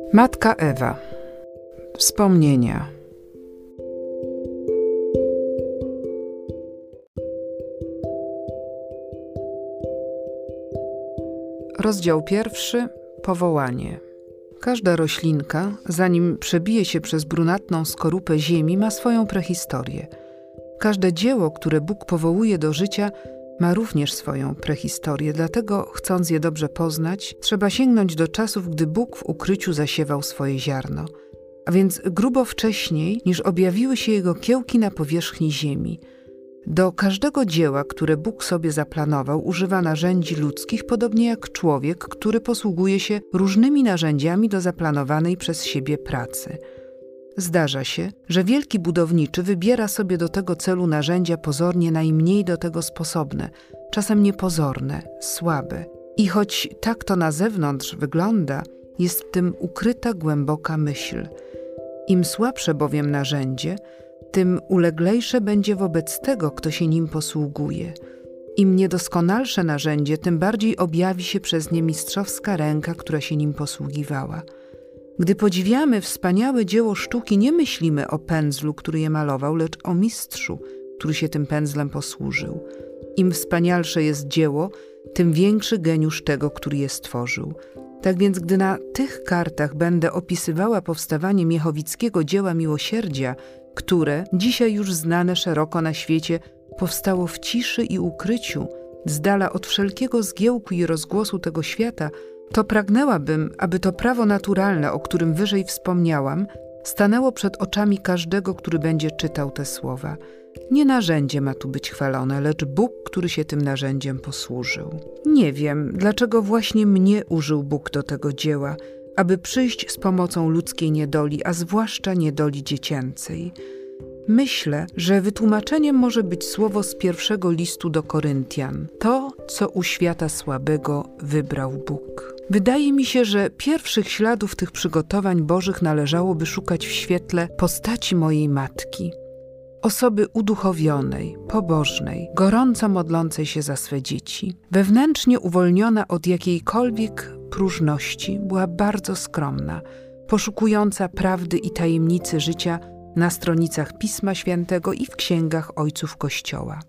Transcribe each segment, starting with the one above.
Matka Ewa. Wspomnienia. Rozdział 1. Powołanie. Każda roślinka, zanim przebije się przez brunatną skorupę ziemi, ma swoją prehistorię. Każde dzieło, które Bóg powołuje do życia, ma również swoją prehistorię, dlatego, chcąc je dobrze poznać, trzeba sięgnąć do czasów, gdy Bóg w ukryciu zasiewał swoje ziarno, a więc grubo wcześniej, niż objawiły się jego kiełki na powierzchni ziemi. Do każdego dzieła, które Bóg sobie zaplanował, używa narzędzi ludzkich, podobnie jak człowiek, który posługuje się różnymi narzędziami do zaplanowanej przez siebie pracy. Zdarza się, że wielki budowniczy wybiera sobie do tego celu narzędzia pozornie najmniej do tego sposobne, czasem niepozorne, słabe. I choć tak to na zewnątrz wygląda, jest w tym ukryta głęboka myśl. Im słabsze bowiem narzędzie, tym uleglejsze będzie wobec tego, kto się nim posługuje. Im niedoskonalsze narzędzie, tym bardziej objawi się przez nie mistrzowska ręka, która się nim posługiwała. Gdy podziwiamy wspaniałe dzieło sztuki, nie myślimy o pędzlu, który je malował, lecz o mistrzu, który się tym pędzlem posłużył. Im wspanialsze jest dzieło, tym większy geniusz tego, który je stworzył. Tak więc, gdy na tych kartach będę opisywała powstawanie miechowickiego dzieła miłosierdzia, które, dzisiaj już znane szeroko na świecie, powstało w ciszy i ukryciu, z dala od wszelkiego zgiełku i rozgłosu tego świata, to pragnęłabym, aby to prawo naturalne, o którym wyżej wspomniałam, stanęło przed oczami każdego, który będzie czytał te słowa. Nie narzędzie ma tu być chwalone, lecz Bóg, który się tym narzędziem posłużył. Nie wiem, dlaczego właśnie mnie użył Bóg do tego dzieła, aby przyjść z pomocą ludzkiej niedoli, a zwłaszcza niedoli dziecięcej. Myślę, że wytłumaczeniem może być słowo z pierwszego listu do Koryntian. To, co u świata słabego wybrał Bóg. Wydaje mi się, że pierwszych śladów tych przygotowań bożych należałoby szukać w świetle postaci mojej matki. Osoby uduchowionej, pobożnej, gorąco modlącej się za swe dzieci. Wewnętrznie uwolniona od jakiejkolwiek próżności, była bardzo skromna, poszukująca prawdy i tajemnicy życia na stronicach Pisma Świętego i w księgach ojców Kościoła.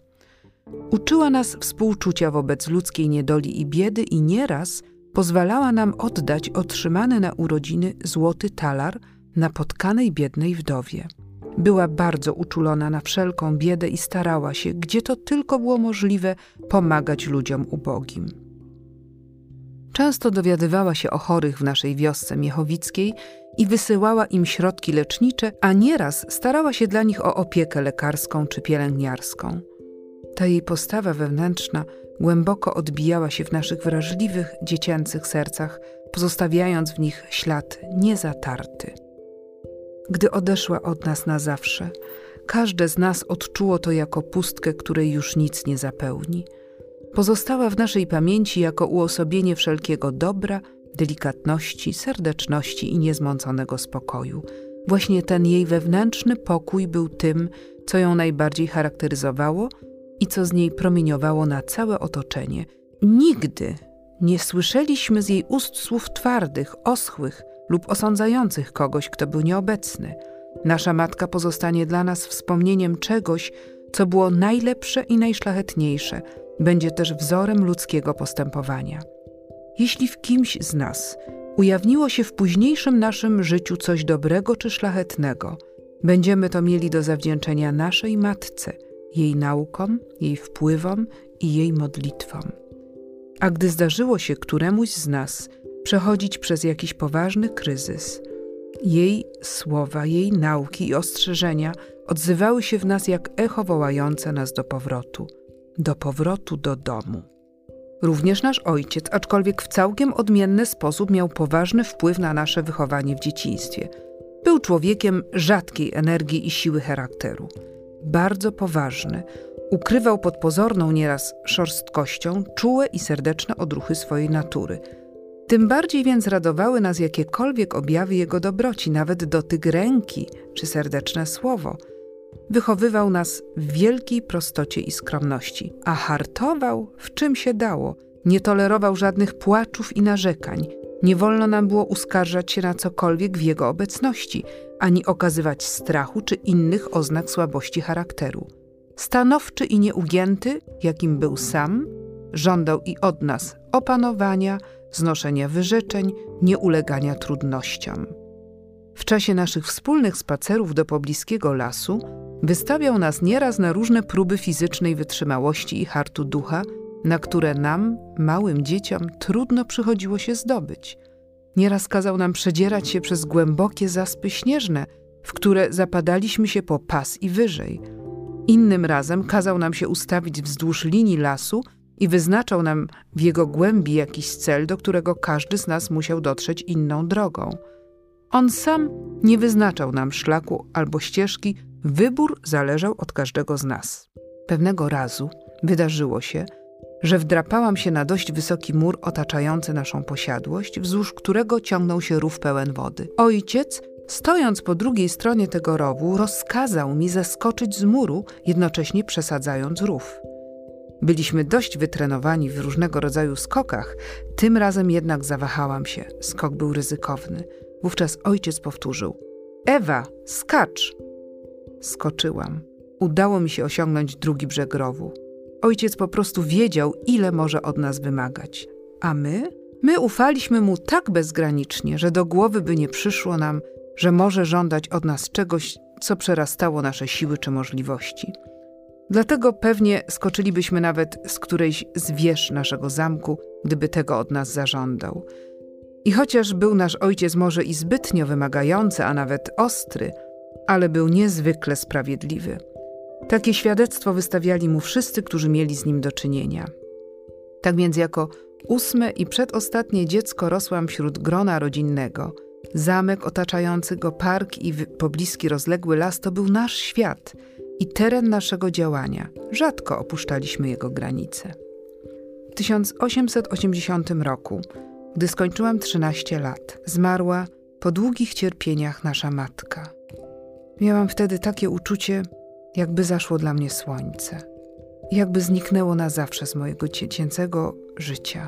Uczyła nas współczucia wobec ludzkiej niedoli i biedy i nieraz pozwalała nam oddać otrzymany na urodziny złoty talar napotkanej biednej wdowie. Była bardzo uczulona na wszelką biedę i starała się, gdzie to tylko było możliwe, pomagać ludziom ubogim. Często dowiadywała się o chorych w naszej wiosce miechowickiej i wysyłała im środki lecznicze, a nieraz starała się dla nich o opiekę lekarską czy pielęgniarską. Ta jej postawa wewnętrzna głęboko odbijała się w naszych wrażliwych, dziecięcych sercach, pozostawiając w nich ślad niezatarty. Gdy odeszła od nas na zawsze, każde z nas odczuło to jako pustkę, której już nic nie zapełni. Pozostała w naszej pamięci jako uosobienie wszelkiego dobra, delikatności, serdeczności i niezmąconego spokoju. Właśnie ten jej wewnętrzny pokój był tym, co ją najbardziej charakteryzowało i co z niej promieniowało na całe otoczenie. Nigdy nie słyszeliśmy z jej ust słów twardych, oschłych lub osądzających kogoś, kto był nieobecny. Nasza matka pozostanie dla nas wspomnieniem czegoś, co było najlepsze i najszlachetniejsze. Będzie też wzorem ludzkiego postępowania. Jeśli w kimś z nas ujawniło się w późniejszym naszym życiu coś dobrego czy szlachetnego, będziemy to mieli do zawdzięczenia naszej matce, jej naukom, jej wpływom i jej modlitwom. A gdy zdarzyło się któremuś z nas przechodzić przez jakiś poważny kryzys, jej słowa, jej nauki i ostrzeżenia odzywały się w nas jak echo wołające nas do powrotu do domu. Również nasz ojciec, aczkolwiek w całkiem odmienny sposób, miał poważny wpływ na nasze wychowanie w dzieciństwie. Był człowiekiem rzadkiej energii i siły charakteru. Bardzo poważny, ukrywał pod pozorną nieraz szorstkością czułe i serdeczne odruchy swojej natury. Tym bardziej więc radowały nas jakiekolwiek objawy jego dobroci, nawet dotyk ręki czy serdeczne słowo. Wychowywał nas w wielkiej prostocie i skromności, a hartował w czym się dało. Nie tolerował żadnych płaczów i narzekań. Nie wolno nam było uskarżać się na cokolwiek w jego obecności, ani okazywać strachu czy innych oznak słabości charakteru. Stanowczy i nieugięty, jakim był sam, żądał i od nas opanowania, znoszenia wyrzeczeń, nieulegania trudnościom. W czasie naszych wspólnych spacerów do pobliskiego lasu wystawiał nas nieraz na różne próby fizycznej wytrzymałości i hartu ducha, na które nam, małym dzieciom, trudno przychodziło się zdobyć. Nieraz kazał nam przedzierać się przez głębokie zaspy śnieżne, w które zapadaliśmy się po pas i wyżej. Innym razem kazał nam się ustawić wzdłuż linii lasu i wyznaczał nam w jego głębi jakiś cel, do którego każdy z nas musiał dotrzeć inną drogą. On sam nie wyznaczał nam szlaku albo ścieżki, wybór zależał od każdego z nas. Pewnego razu wydarzyło się, że wdrapałam się na dość wysoki mur otaczający naszą posiadłość, wzdłuż którego ciągnął się rów pełen wody. Ojciec, stojąc po drugiej stronie tego rowu, rozkazał mi zeskoczyć z muru, jednocześnie przesadzając rów. Byliśmy dość wytrenowani w różnego rodzaju skokach, tym razem jednak zawahałam się. Skok był ryzykowny. Wówczas ojciec powtórzył: Ewa, skacz! Skoczyłam. Udało mi się osiągnąć drugi brzeg rowu. Ojciec po prostu wiedział, ile może od nas wymagać. A my? My ufaliśmy mu tak bezgranicznie, że do głowy by nie przyszło nam, że może żądać od nas czegoś, co przerastało nasze siły czy możliwości. Dlatego pewnie skoczylibyśmy nawet z którejś z wież naszego zamku, gdyby tego od nas zażądał. I chociaż był nasz ojciec może i zbytnio wymagający, a nawet ostry, ale był niezwykle sprawiedliwy. Takie świadectwo wystawiali mu wszyscy, którzy mieli z nim do czynienia. Tak więc jako 8. i przedostatnie dziecko rosłam wśród grona rodzinnego. Zamek otaczający go, park i pobliski rozległy las to był nasz świat i teren naszego działania. Rzadko opuszczaliśmy jego granice. W 1880 roku, gdy skończyłam 13 lat, zmarła po długich cierpieniach nasza matka. Miałam wtedy takie uczucie, jakby zaszło dla mnie słońce. Jakby zniknęło na zawsze z mojego dziecięcego życia.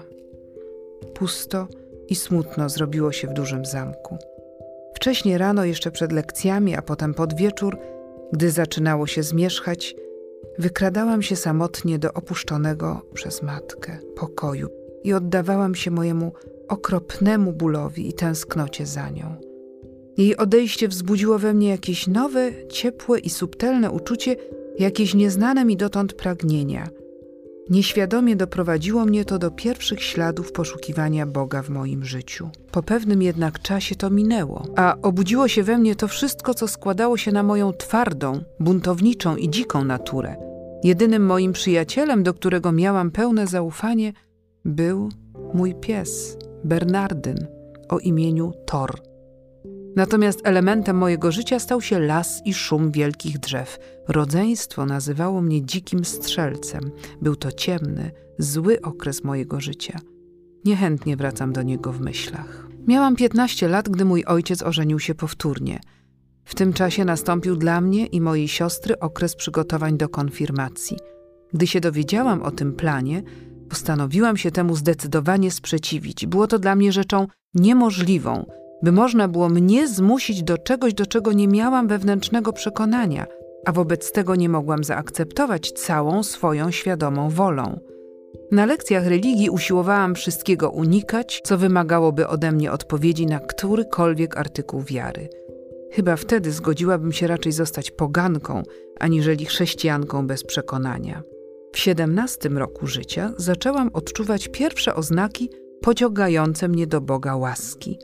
Pusto i smutno zrobiło się w dużym zamku. Wcześnie rano, jeszcze przed lekcjami, a potem pod wieczór, gdy zaczynało się zmierzchać, wykradałam się samotnie do opuszczonego przez matkę pokoju i oddawałam się mojemu okropnemu bólowi i tęsknocie za nią. Jej odejście wzbudziło we mnie jakieś nowe, ciepłe i subtelne uczucie, jakieś nieznane mi dotąd pragnienia. Nieświadomie doprowadziło mnie to do pierwszych śladów poszukiwania Boga w moim życiu. Po pewnym jednak czasie to minęło, a obudziło się we mnie to wszystko, co składało się na moją twardą, buntowniczą i dziką naturę. Jedynym moim przyjacielem, do którego miałam pełne zaufanie, był mój pies, Bernardyn, o imieniu Thor. Natomiast elementem mojego życia stał się las i szum wielkich drzew. Rodzeństwo nazywało mnie dzikim strzelcem. Był to ciemny, zły okres mojego życia. Niechętnie wracam do niego w myślach. Miałam 15 lat, gdy mój ojciec ożenił się powtórnie. W tym czasie nastąpił dla mnie i mojej siostry okres przygotowań do konfirmacji. Gdy się dowiedziałam o tym planie, postanowiłam się temu zdecydowanie sprzeciwić. Było to dla mnie rzeczą niemożliwą, by można było mnie zmusić do czegoś, do czego nie miałam wewnętrznego przekonania, a wobec tego nie mogłam zaakceptować całą swoją świadomą wolą. Na lekcjach religii usiłowałam wszystkiego unikać, co wymagałoby ode mnie odpowiedzi na którykolwiek artykuł wiary. Chyba wtedy zgodziłabym się raczej zostać poganką, aniżeli chrześcijanką bez przekonania. W 17 roku życia zaczęłam odczuwać pierwsze oznaki pociągające mnie do Boga łaski.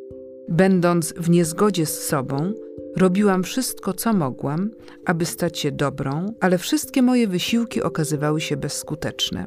Będąc w niezgodzie z sobą, robiłam wszystko, co mogłam, aby stać się dobrą, ale wszystkie moje wysiłki okazywały się bezskuteczne.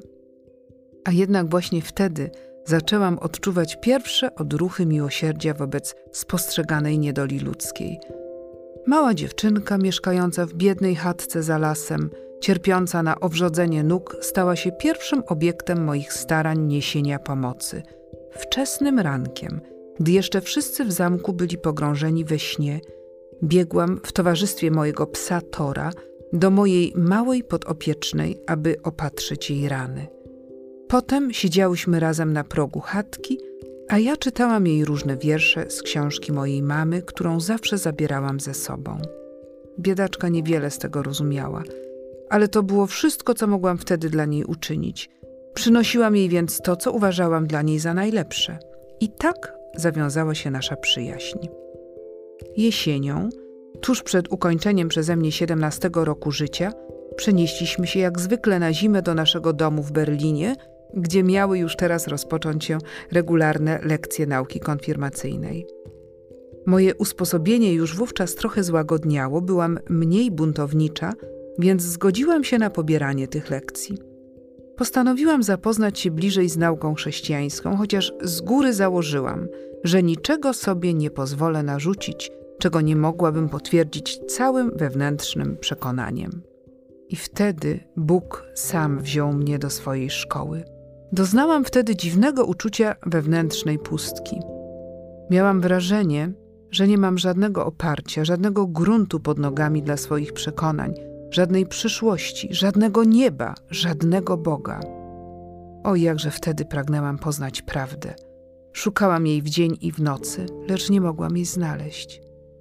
A jednak właśnie wtedy zaczęłam odczuwać pierwsze odruchy miłosierdzia wobec spostrzeganej niedoli ludzkiej. Mała dziewczynka mieszkająca w biednej chatce za lasem, cierpiąca na owrzodzenie nóg, stała się pierwszym obiektem moich starań niesienia pomocy. Wczesnym rankiem, gdy jeszcze wszyscy w zamku byli pogrążeni we śnie, biegłam w towarzystwie mojego psa Tora do mojej małej podopiecznej, aby opatrzyć jej rany. Potem siedziałyśmy razem na progu chatki A ja czytałam jej różne wiersze z książki mojej mamy, którą zawsze zabierałam ze sobą. Biedaczka niewiele z tego rozumiała, ale to było wszystko, co mogłam wtedy dla niej uczynić. Przynosiłam jej więc to, co uważałam dla niej za najlepsze. I tak zawiązała się nasza przyjaźń. Jesienią, tuż przed ukończeniem przeze mnie 17 roku życia, przenieśliśmy się jak zwykle na zimę do naszego domu w Berlinie, gdzie miały już teraz rozpocząć się regularne lekcje nauki konfirmacyjnej. Moje usposobienie już wówczas trochę złagodniało, byłam mniej buntownicza, więc zgodziłam się na pobieranie tych lekcji. Postanowiłam zapoznać się bliżej z nauką chrześcijańską, chociaż z góry założyłam, że niczego sobie nie pozwolę narzucić, czego nie mogłabym potwierdzić całym wewnętrznym przekonaniem. I wtedy Bóg sam wziął mnie do swojej szkoły. Doznałam wtedy dziwnego uczucia wewnętrznej pustki. Miałam wrażenie, że nie mam żadnego oparcia, żadnego gruntu pod nogami dla swoich przekonań, żadnej przyszłości, żadnego nieba, żadnego Boga. O, jakże wtedy pragnęłam poznać prawdę. Szukałam jej w dzień i w nocy, lecz nie mogłam jej znaleźć.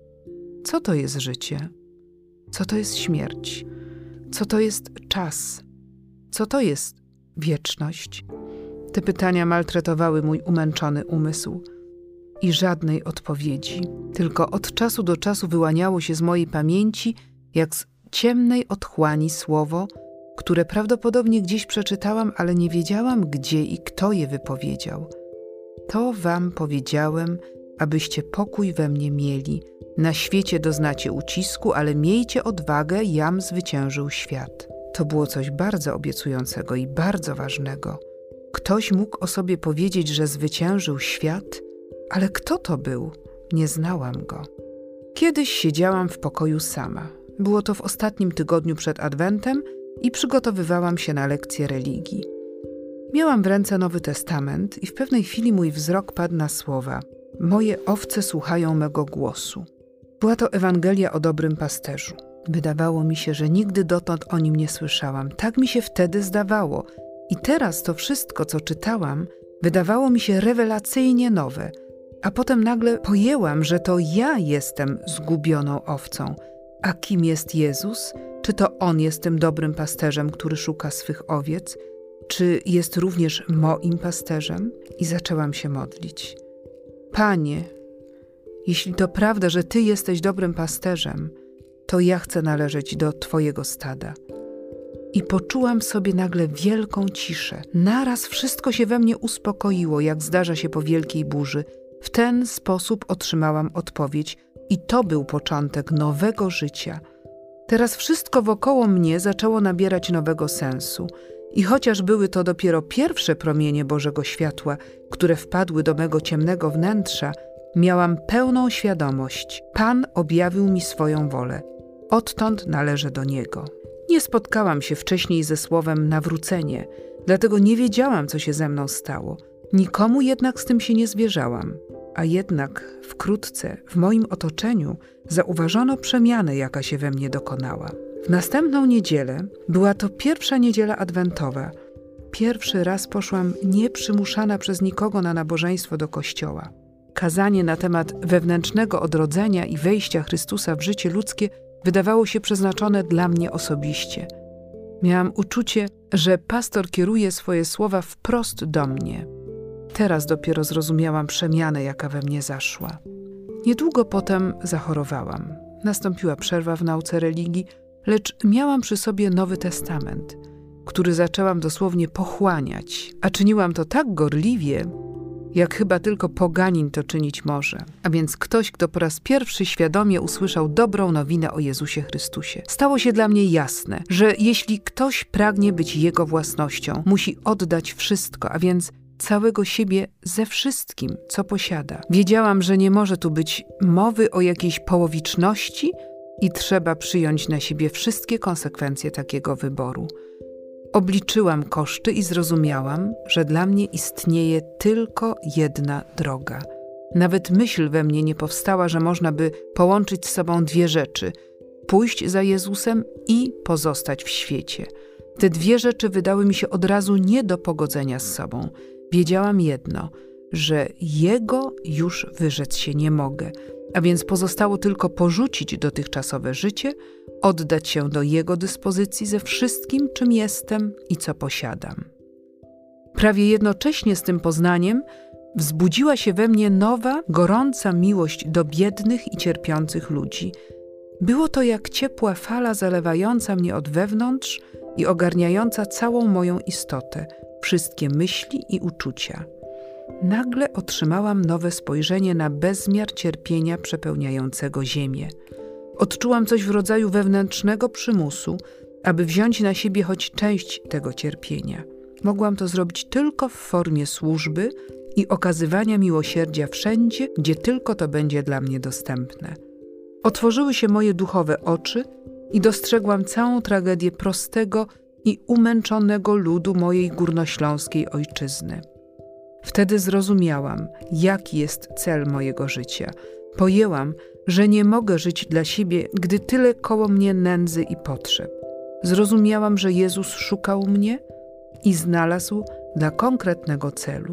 Co to jest życie? Co to jest śmierć? Co to jest czas? Co to jest wieczność? Te pytania maltretowały mój umęczony umysł. I żadnej odpowiedzi. Tylko od czasu do czasu wyłaniało się z mojej pamięci, jak z ciemnej otchłani słowo, które prawdopodobnie gdzieś przeczytałam, ale nie wiedziałam, gdzie i kto je wypowiedział. To wam powiedziałem, abyście pokój we mnie mieli. Na świecie doznacie ucisku, ale miejcie odwagę, jam zwyciężył świat. To było coś bardzo obiecującego i bardzo ważnego. Ktoś mógł o sobie powiedzieć, że zwyciężył świat? Ale kto to był? Nie znałam go. Kiedyś siedziałam w pokoju sama. Było to w ostatnim tygodniu przed Adwentem i przygotowywałam się na lekcję religii. Miałam w ręce Nowy Testament i w pewnej chwili mój wzrok padł na słowa: moje owce słuchają mego głosu. Była to Ewangelia o dobrym pasterzu. Wydawało mi się, że nigdy dotąd o nim nie słyszałam. Tak mi się wtedy zdawało. I teraz to wszystko, co czytałam, wydawało mi się rewelacyjnie nowe. A potem nagle pojęłam, że to ja jestem zgubioną owcą. A kim jest Jezus? Czy to On jest tym dobrym pasterzem, który szuka swych owiec? Czy jest również moim pasterzem? I zaczęłam się modlić. Panie, jeśli to prawda, że Ty jesteś dobrym pasterzem, to ja chcę należeć do Twojego stada. I poczułam w sobie nagle wielką ciszę. Naraz wszystko się we mnie uspokoiło, jak zdarza się po wielkiej burzy. W ten sposób otrzymałam odpowiedź i to był początek nowego życia. Teraz wszystko wokoło mnie zaczęło nabierać nowego sensu. I chociaż były to dopiero pierwsze promienie Bożego światła, które wpadły do mego ciemnego wnętrza, miałam pełną świadomość. Pan objawił mi swoją wolę. Odtąd należę do Niego. Nie spotkałam się wcześniej ze słowem nawrócenie, dlatego nie wiedziałam, co się ze mną stało. Nikomu jednak z tym się nie zwierzałam. A jednak wkrótce w moim otoczeniu zauważono przemianę, jaka się we mnie dokonała. W następną niedzielę, była to pierwsza niedziela adwentowa, pierwszy raz poszłam nieprzymuszana przez nikogo na nabożeństwo do kościoła. Kazanie na temat wewnętrznego odrodzenia i wejścia Chrystusa w życie ludzkie wydawało się przeznaczone dla mnie osobiście. Miałam uczucie, że pastor kieruje swoje słowa wprost do mnie. Teraz dopiero zrozumiałam przemianę, jaka we mnie zaszła. Niedługo potem zachorowałam. Nastąpiła przerwa w nauce religii, lecz miałam przy sobie Nowy Testament, który zaczęłam dosłownie pochłaniać, a czyniłam to tak gorliwie, jak chyba tylko poganin to czynić może. A więc ktoś, kto po raz pierwszy świadomie usłyszał dobrą nowinę o Jezusie Chrystusie. Stało się dla mnie jasne, że jeśli ktoś pragnie być Jego własnością, musi oddać wszystko, a więc całego siebie ze wszystkim, co posiada. Wiedziałam, że nie może tu być mowy o jakiejś połowiczności i trzeba przyjąć na siebie wszystkie konsekwencje takiego wyboru. Obliczyłam koszty i zrozumiałam, że dla mnie istnieje tylko jedna droga. Nawet myśl we mnie nie powstała, że można by połączyć z sobą dwie rzeczy: pójść za Jezusem i pozostać w świecie. Te dwie rzeczy wydały mi się od razu nie do pogodzenia z sobą. Wiedziałam jedno, że Jego już wyrzec się nie mogę, a więc pozostało tylko porzucić dotychczasowe życie, oddać się do Jego dyspozycji ze wszystkim, czym jestem i co posiadam. Prawie jednocześnie z tym poznaniem wzbudziła się we mnie nowa, gorąca miłość do biednych i cierpiących ludzi. Było to jak ciepła fala zalewająca mnie od wewnątrz i ogarniająca całą moją istotę, wszystkie myśli i uczucia. Nagle otrzymałam nowe spojrzenie na bezmiar cierpienia przepełniającego ziemię. Odczułam coś w rodzaju wewnętrznego przymusu, aby wziąć na siebie choć część tego cierpienia. Mogłam to zrobić tylko w formie służby i okazywania miłosierdzia wszędzie, gdzie tylko to będzie dla mnie dostępne. Otworzyły się moje duchowe oczy i dostrzegłam całą tragedię prostego i umęczonego ludu mojej górnośląskiej ojczyzny. Wtedy zrozumiałam, jaki jest cel mojego życia. Pojęłam, że nie mogę żyć dla siebie, gdy tyle koło mnie nędzy i potrzeb. Zrozumiałam, że Jezus szukał mnie i znalazł dla konkretnego celu.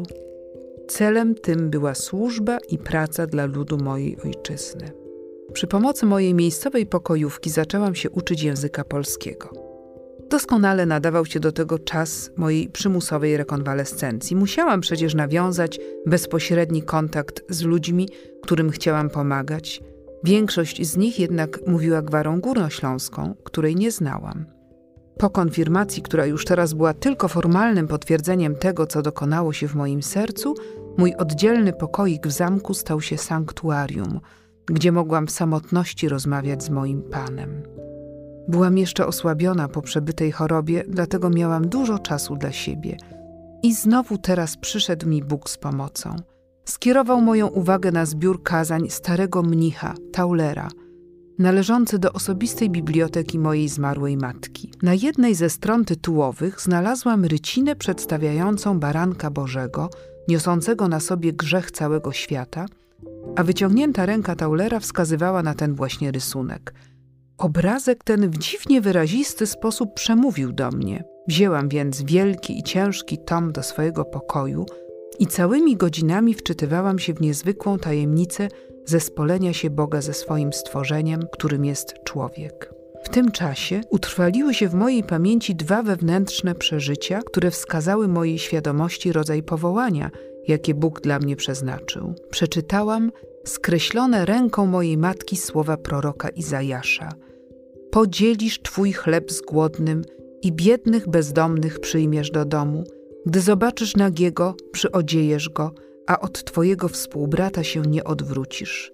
Celem tym była służba i praca dla ludu mojej ojczyzny. Przy pomocy mojej miejscowej pokojówki zaczęłam się uczyć języka polskiego. Doskonale nadawał się do tego czas mojej przymusowej rekonwalescencji. Musiałam przecież nawiązać bezpośredni kontakt z ludźmi, którym chciałam pomagać. Większość z nich jednak mówiła gwarą górnośląską, której nie znałam. Po konfirmacji, która już teraz była tylko formalnym potwierdzeniem tego, co dokonało się w moim sercu, mój oddzielny pokoik w zamku stał się sanktuarium, gdzie mogłam w samotności rozmawiać z moim Panem. Byłam jeszcze osłabiona po przebytej chorobie, dlatego miałam dużo czasu dla siebie. I znowu teraz przyszedł mi Bóg z pomocą. Skierował moją uwagę na zbiór kazań starego mnicha, Taulera, należący do osobistej biblioteki mojej zmarłej matki. Na jednej ze stron tytułowych znalazłam rycinę przedstawiającą baranka Bożego, niosącego na sobie grzech całego świata, a wyciągnięta ręka Taulera wskazywała na ten właśnie rysunek. Obrazek ten w dziwnie wyrazisty sposób przemówił do mnie. Wzięłam więc wielki i ciężki tom do swojego pokoju i całymi godzinami wczytywałam się w niezwykłą tajemnicę zespolenia się Boga ze swoim stworzeniem, którym jest człowiek. W tym czasie utrwaliły się w mojej pamięci dwa wewnętrzne przeżycia, które wskazały mojej świadomości rodzaj powołania, jakie Bóg dla mnie przeznaczył. Przeczytałam skreślone ręką mojej matki słowa proroka Izajasza. Podzielisz Twój chleb z głodnym i biednych bezdomnych przyjmiesz do domu. Gdy zobaczysz nagiego, przyodziejesz go, a od Twojego współbrata się nie odwrócisz.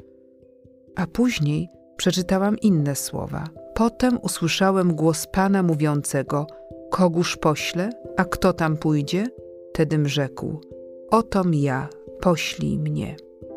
A później przeczytałam inne słowa. Potem usłyszałem głos Pana mówiącego: Kogóż poślę, a kto tam pójdzie? Tedym rzekł: Otom ja, poślij mnie.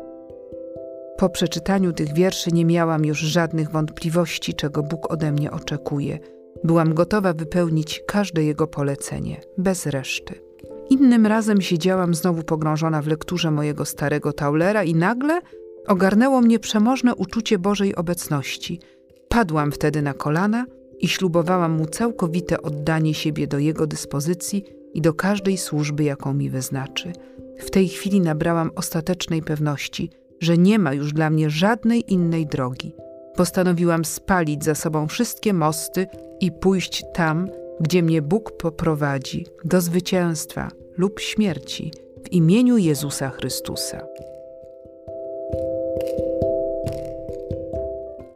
Po przeczytaniu tych wierszy nie miałam już żadnych wątpliwości, czego Bóg ode mnie oczekuje. Byłam gotowa wypełnić każde Jego polecenie, bez reszty. Innym razem siedziałam znowu pogrążona w lekturze mojego starego Taulera i nagle ogarnęło mnie przemożne uczucie Bożej obecności. Padłam wtedy na kolana i ślubowałam Mu całkowite oddanie siebie do Jego dyspozycji i do każdej służby, jaką mi wyznaczy. W tej chwili nabrałam ostatecznej pewności, że nie ma już dla mnie żadnej innej drogi. Postanowiłam spalić za sobą wszystkie mosty i pójść tam, gdzie mnie Bóg poprowadzi, do zwycięstwa lub śmierci w imieniu Jezusa Chrystusa.